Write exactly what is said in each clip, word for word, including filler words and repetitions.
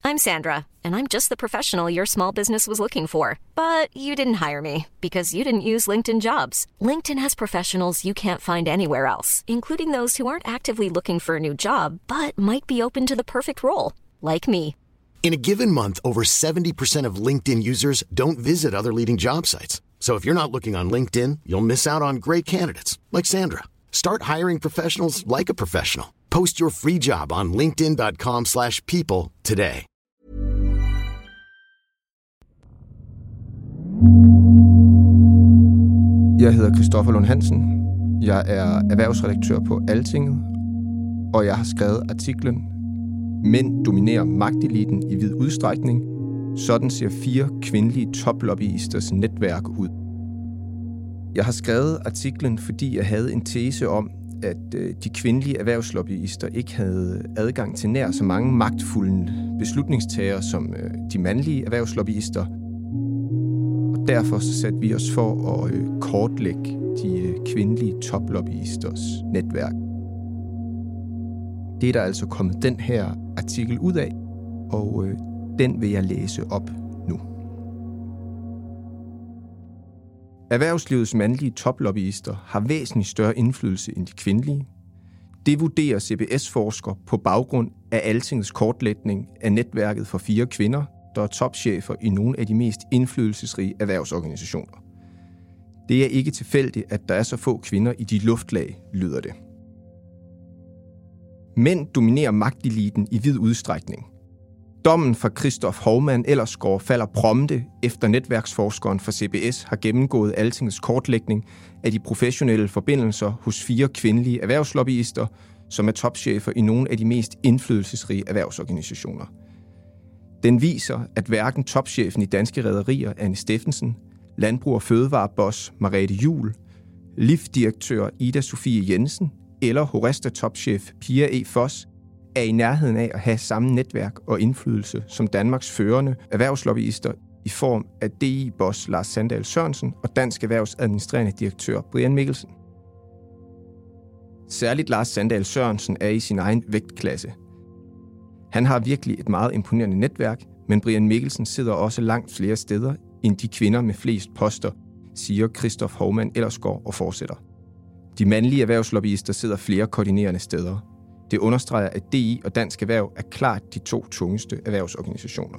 I'm Sandra, and I'm just the professional your small business was looking for. But you didn't hire me because you didn't use LinkedIn Jobs. LinkedIn has professionals you can't find anywhere else, including those who aren't actively looking for a new job, but might be open to the perfect role, like me. In a given month, over seventy percent of LinkedIn users don't visit other leading job sites. So if you're not looking on LinkedIn, you'll miss out on great candidates like Sandra. Start hiring professionals like a professional. Post your free job on linkedin dot com slash people today. Jeg hedder Christoffer Lund Hansen. Jeg er erhvervsredaktør på Altinget, og jeg har skrevet artiklen "Mænd dominerer magteliten i vid udstrækning. Sådan ser fire kvindelige toplobbyisters netværk ud." Jeg har skrevet artiklen, fordi jeg havde en tese om, at de kvindelige erhvervslobbyister ikke havde adgang til nær så mange magtfulde beslutningstagere som de mandlige erhvervslobbyister. Og derfor så satte vi os for at kortlægge de kvindelige toplobbyisters netværk. Det er der altså kommet den her artikel ud af, og den vil jeg læse op nu. Erhvervslivets mandlige toplobbyister har væsentligt større indflydelse end de kvindelige. Det vurderer C B S-forsker på baggrund af Altingets kortlægning af netværket for fire kvinder, der er topchefer i nogle af de mest indflydelsesrige erhvervsorganisationer. Det er ikke tilfældigt, at der er så få kvinder i de luftlag, lyder det. Mænd dominerer magteliten i vid udstrækning. Dommen fra Christoph Hovman Ellersgaard falder prompte, efter netværksforskeren for C B S har gennemgået Altingets kortlægning af de professionelle forbindelser hos fire kvindelige erhvervslobbyister, som er topchefer i nogle af de mest indflydelsesrige erhvervsorganisationer. Den viser, at hverken topchefen i Danske Rederier, Anne Steffensen, Landbrug- og Fødevareboss Merete Juhl, L I F-direktør Ida Sofie Jensen eller Horesta-topchef Pia E. Foss er i nærheden af at have samme netværk og indflydelse som Danmarks førende erhvervslobbyister i form af D I-boss Lars Sandahl Sørensen og Dansk Erhvervs administrerende direktør Brian Mikkelsen. Særligt Lars Sandahl Sørensen er i sin egen vægtklasse. Han har virkelig et meget imponerende netværk, men Brian Mikkelsen sidder også langt flere steder end de kvinder med flest poster, siger Christoph Hovman Ellersgaard og fortsætter. De mandlige erhvervslobbyister sidder flere koordinerende steder. Det understreger, at D I og Dansk Erhverv er klart de to tungeste erhvervsorganisationer.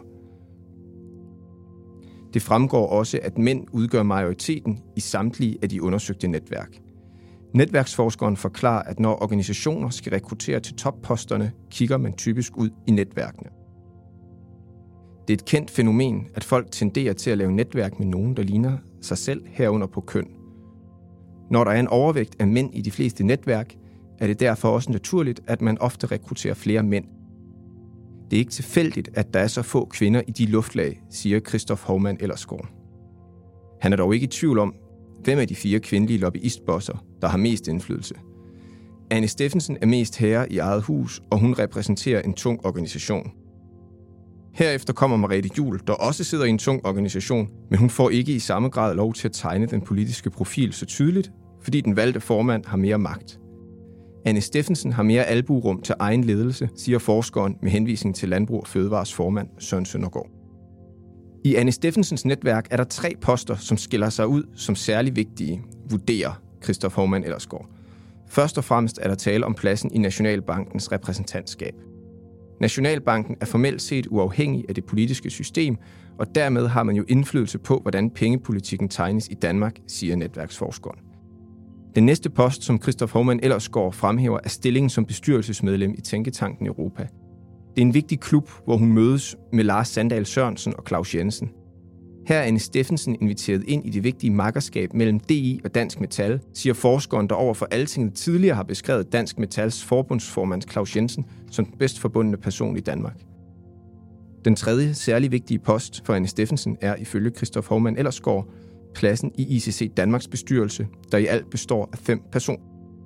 Det fremgår også, at mænd udgør majoriteten i samtlige af de undersøgte netværk. Netværksforskeren forklarer, at når organisationer skal rekruttere til topposterne, kigger man typisk ud i netværkene. Det er et kendt fænomen, at folk tenderer til at lave netværk med nogen, der ligner sig selv herunder på køn. Når der er en overvægt af mænd i de fleste netværk, er det derfor også naturligt, at man ofte rekrutterer flere mænd. Det er ikke tilfældigt, at der er så få kvinder i de luftlag, siger Christoph Hovman Ellersgaard. Han er dog ikke i tvivl om, hvem af de fire kvindelige lobbyistbosser, der har mest indflydelse. Anne Steffensen er mest herre i eget hus, og hun repræsenterer en tung organisation. Herefter kommer Merete Juhl, der også sidder i en tung organisation, men hun får ikke i samme grad lov til at tegne den politiske profil så tydeligt, fordi den valgte formand har mere magt. Anne Steffensen har mere albuerum til egen ledelse, siger forskeren med henvisning til Landbrug og Fødevares formand Søren Søndergaard. I Anne Steffensens netværk er der tre poster, som skiller sig ud som særlig vigtige, vurderer Christoph Hovman Ellersgaard. Først og fremmest er der tale om pladsen i Nationalbankens repræsentantskab. Nationalbanken er formelt set uafhængig af det politiske system, og dermed har man jo indflydelse på, hvordan pengepolitikken tegnes i Danmark, siger netværksforskeren. Den næste post, som Christoph Hovman Ellersgaard fremhæver, er stillingen som bestyrelsesmedlem i Tænketanken Europa. Det er en vigtig klub, hvor hun mødes med Lars Sandahl Sørensen og Claus Jensen. Her er Anne Steffensen inviteret ind i det vigtige makkerskab mellem D I og Dansk Metal, siger forskeren, der over for Altinget tidligere har beskrevet Dansk Metals forbundsformand Claus Jensen som den bedst forbundne person i Danmark. Den tredje særlig vigtige post for Anne Steffensen er ifølge Christoph Hovman Ellersgaard pladsen i I C C Danmarks bestyrelse, der i alt består af fem personer.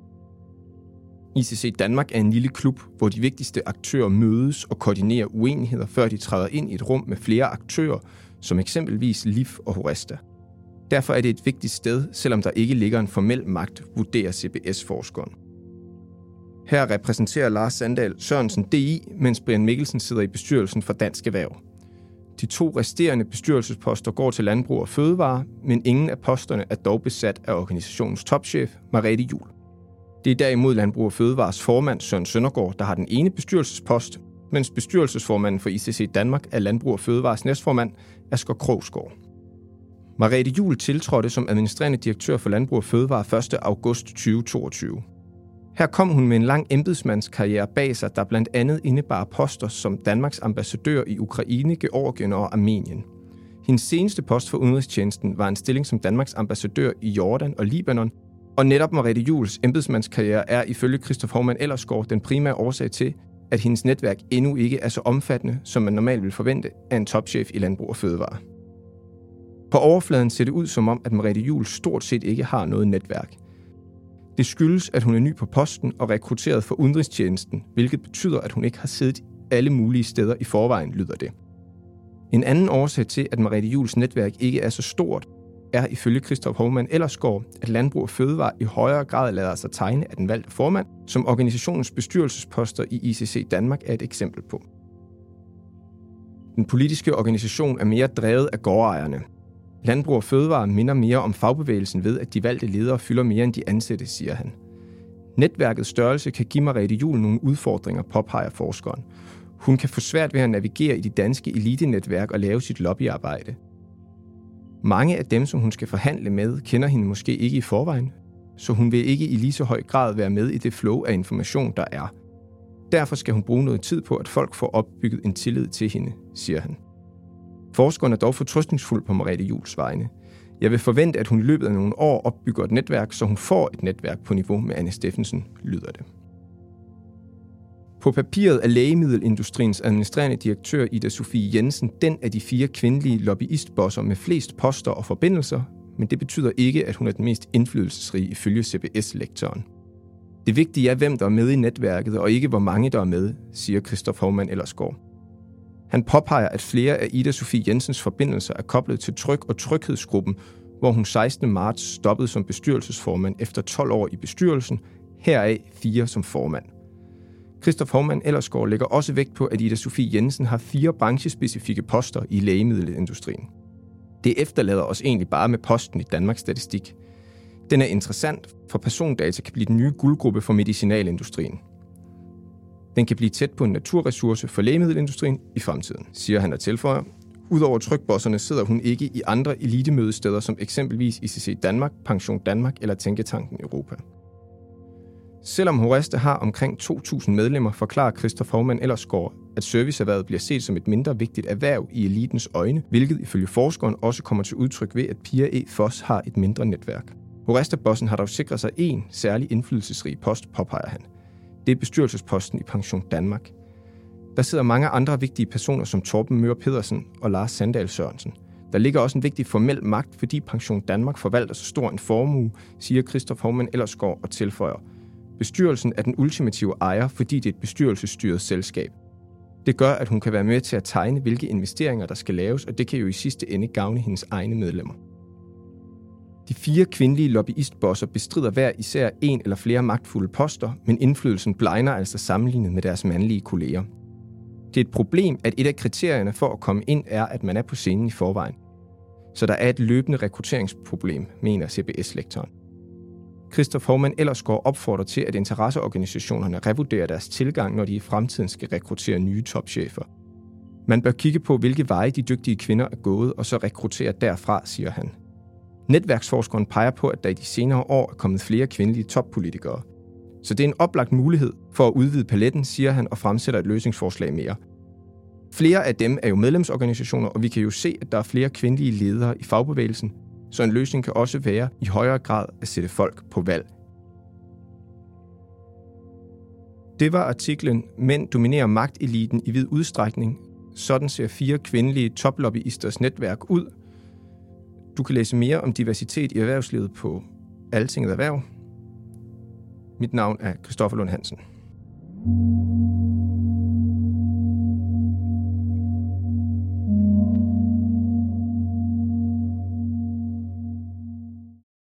I C C Danmark er en lille klub, hvor de vigtigste aktører mødes og koordinerer uenigheder, før de træder ind i et rum med flere aktører, som eksempelvis L I F og Horesta. Derfor er det et vigtigt sted, selvom der ikke ligger en formel magt, vurderer C B S-forskeren. Her repræsenterer Lars Sandahl Sørensen D I, mens Brian Mikkelsen sidder i bestyrelsen for Dansk Erhverv. De to resterende bestyrelsesposter går til Landbrug og Fødevare, men ingen af posterne er dog besat af organisationens topchef, Merete Juhl. Det er derimod Landbrug og Fødevares formand, Søren Søndergaard, der har den ene bestyrelsespost, mens bestyrelsesformanden for I C C Danmark er Landbrug og Fødevares næstformand, Asger Krogsgaard. Merete Juhl tiltrådte som administrerende direktør for Landbrug og Fødevare første august tyve toogtyve. Her kom hun med en lang embedsmandskarriere bag sig, der blandt andet indebar poster som Danmarks ambassadør i Ukraine, Georgien og Armenien. Hendes seneste post for udenrigstjenesten var en stilling som Danmarks ambassadør i Jordan og Libanon, og netop Merete Juhls embedsmandskarriere er ifølge Christoph Hovmand Ellersgaard den primære årsag til, at hendes netværk endnu ikke er så omfattende, som man normalt vil forvente af en topchef i Landbrug og Fødevare. På overfladen ser det ud som om, at Merete Juhl stort set ikke har noget netværk. Det skyldes, at hun er ny på posten og rekrutteret for udenrigstjenesten, hvilket betyder, at hun ikke har siddet alle mulige steder i forvejen, lyder det. En anden årsag til, at Merete Juhls netværk ikke er så stort, er ifølge Christoph Hovmand Ellersgaard, at Landbrug og Fødevare i højere grad lader sig tegne af den valgte formand, som organisationens bestyrelsesposter i I C C Danmark er et eksempel på. Den politiske organisation er mere drevet af gårdejerne. Landbrug og Fødevare minder mere om fagbevægelsen ved, at de valgte ledere fylder mere end de ansatte, siger han. Netværkets størrelse kan give Merete Juhl nogle udfordringer, påpeger forskeren. Hun kan få svært ved at navigere i de danske elitenetværk og lave sit lobbyarbejde. Mange af dem, som hun skal forhandle med, kender hende måske ikke i forvejen, så hun vil ikke i lige så høj grad være med i det flow af information, der er. Derfor skal hun bruge noget tid på, at folk får opbygget en tillid til hende, siger han. Forskeren er dog fortrøstningsfuld på Merete Juhls vegne. Jeg vil forvente, at hun i løbet af nogle år opbygger et netværk, så hun får et netværk på niveau med Anne Steffensen, lyder det. På papiret er lægemiddelindustriens administrerende direktør Ida Sofie Jensen den af de fire kvindelige lobbyistbosser med flest poster og forbindelser, men det betyder ikke, at hun er den mest indflydelsesrige ifølge C B S-lektoren. Det vigtige er, hvem der er med i netværket, og ikke hvor mange der er med, siger Christoph Hovmand Ellersgaard. Han påpeger, at flere af Ida Sofie Jensens forbindelser er koblet til Tryg- og Tryghedsgruppen, hvor hun sekstende marts stoppede som bestyrelsesformand efter tolv år i bestyrelsen, heraf fire som formand. Christoph Hovmand Ellersgaard lægger også vægt på, at Ida Sofie Jensen har fire branchespecifikke poster i lægemiddelindustrien. Det efterlader os egentlig bare med posten i Danmarks Statistik. Den er interessant, for persondata kan blive den nye guldgruppe for medicinalindustrien. Den kan blive tæt på en naturressource for lægemiddelindustrien i fremtiden, siger han og tilføjer. Udover trykbosserne sidder hun ikke i andre elitemødesteder som eksempelvis I C C Danmark, Pension Danmark eller Tænketanken Europa. Selvom HORESTA har omkring to tusind medlemmer, forklarer Christoph Hovmand Ellersgaard, at serviceerhvervet bliver set som et mindre vigtigt erhverv i elitens øjne, hvilket ifølge forskeren også kommer til udtryk ved, at Pia E. Foss har et mindre netværk. HORESTA-bossen har dog sikret sig én særlig indflydelsesrig post, påpeger han. Det er bestyrelsesposten i Pension Danmark. Der sidder mange andre vigtige personer som Torben Møller Pedersen og Lars Sandahl Sørensen. Der ligger også en vigtig formel magt, fordi Pension Danmark forvalter så stor en formue, siger Christoph Hovmand Ellersgaard og tilføjer. Bestyrelsen er den ultimative ejer, fordi det er et bestyrelsesstyret selskab. Det gør, at hun kan være med til at tegne, hvilke investeringer der skal laves, og det kan jo i sidste ende gavne hendes egne medlemmer. De fire kvindelige lobbyistbosser bestrider hver især en eller flere magtfulde poster, men indflydelsen blegner altså sammenlignet med deres mandlige kolleger. Det er et problem, at et af kriterierne for at komme ind er, at man er på scenen i forvejen. Så der er et løbende rekrutteringsproblem, mener C B S-lektoren. Christoph Hovmand Ellersgaard opfordrer til, at interesseorganisationerne revurderer deres tilgang, når de i fremtiden skal rekruttere nye topchefer. Man bør kigge på, hvilke veje de dygtige kvinder er gået, og så rekruttere derfra, siger han. Netværksforskeren peger på, at der i de senere år er kommet flere kvindelige toppolitikere. Så det er en oplagt mulighed for at udvide paletten, siger han og fremsætter et løsningsforslag mere. Flere af dem er jo medlemsorganisationer, og vi kan jo se, at der er flere kvindelige ledere i fagbevægelsen, så en løsning kan også være i højere grad at sætte folk på valg. Det var artiklen Mænd dominerer magteliten i vid udstrækning. Sådan ser fire kvindelige toplobbyisters netværk ud. Du kan læse mere om diversitet i erhvervslivet på Altinget Erhverv. Mit navn er Christoffer Lund Hansen.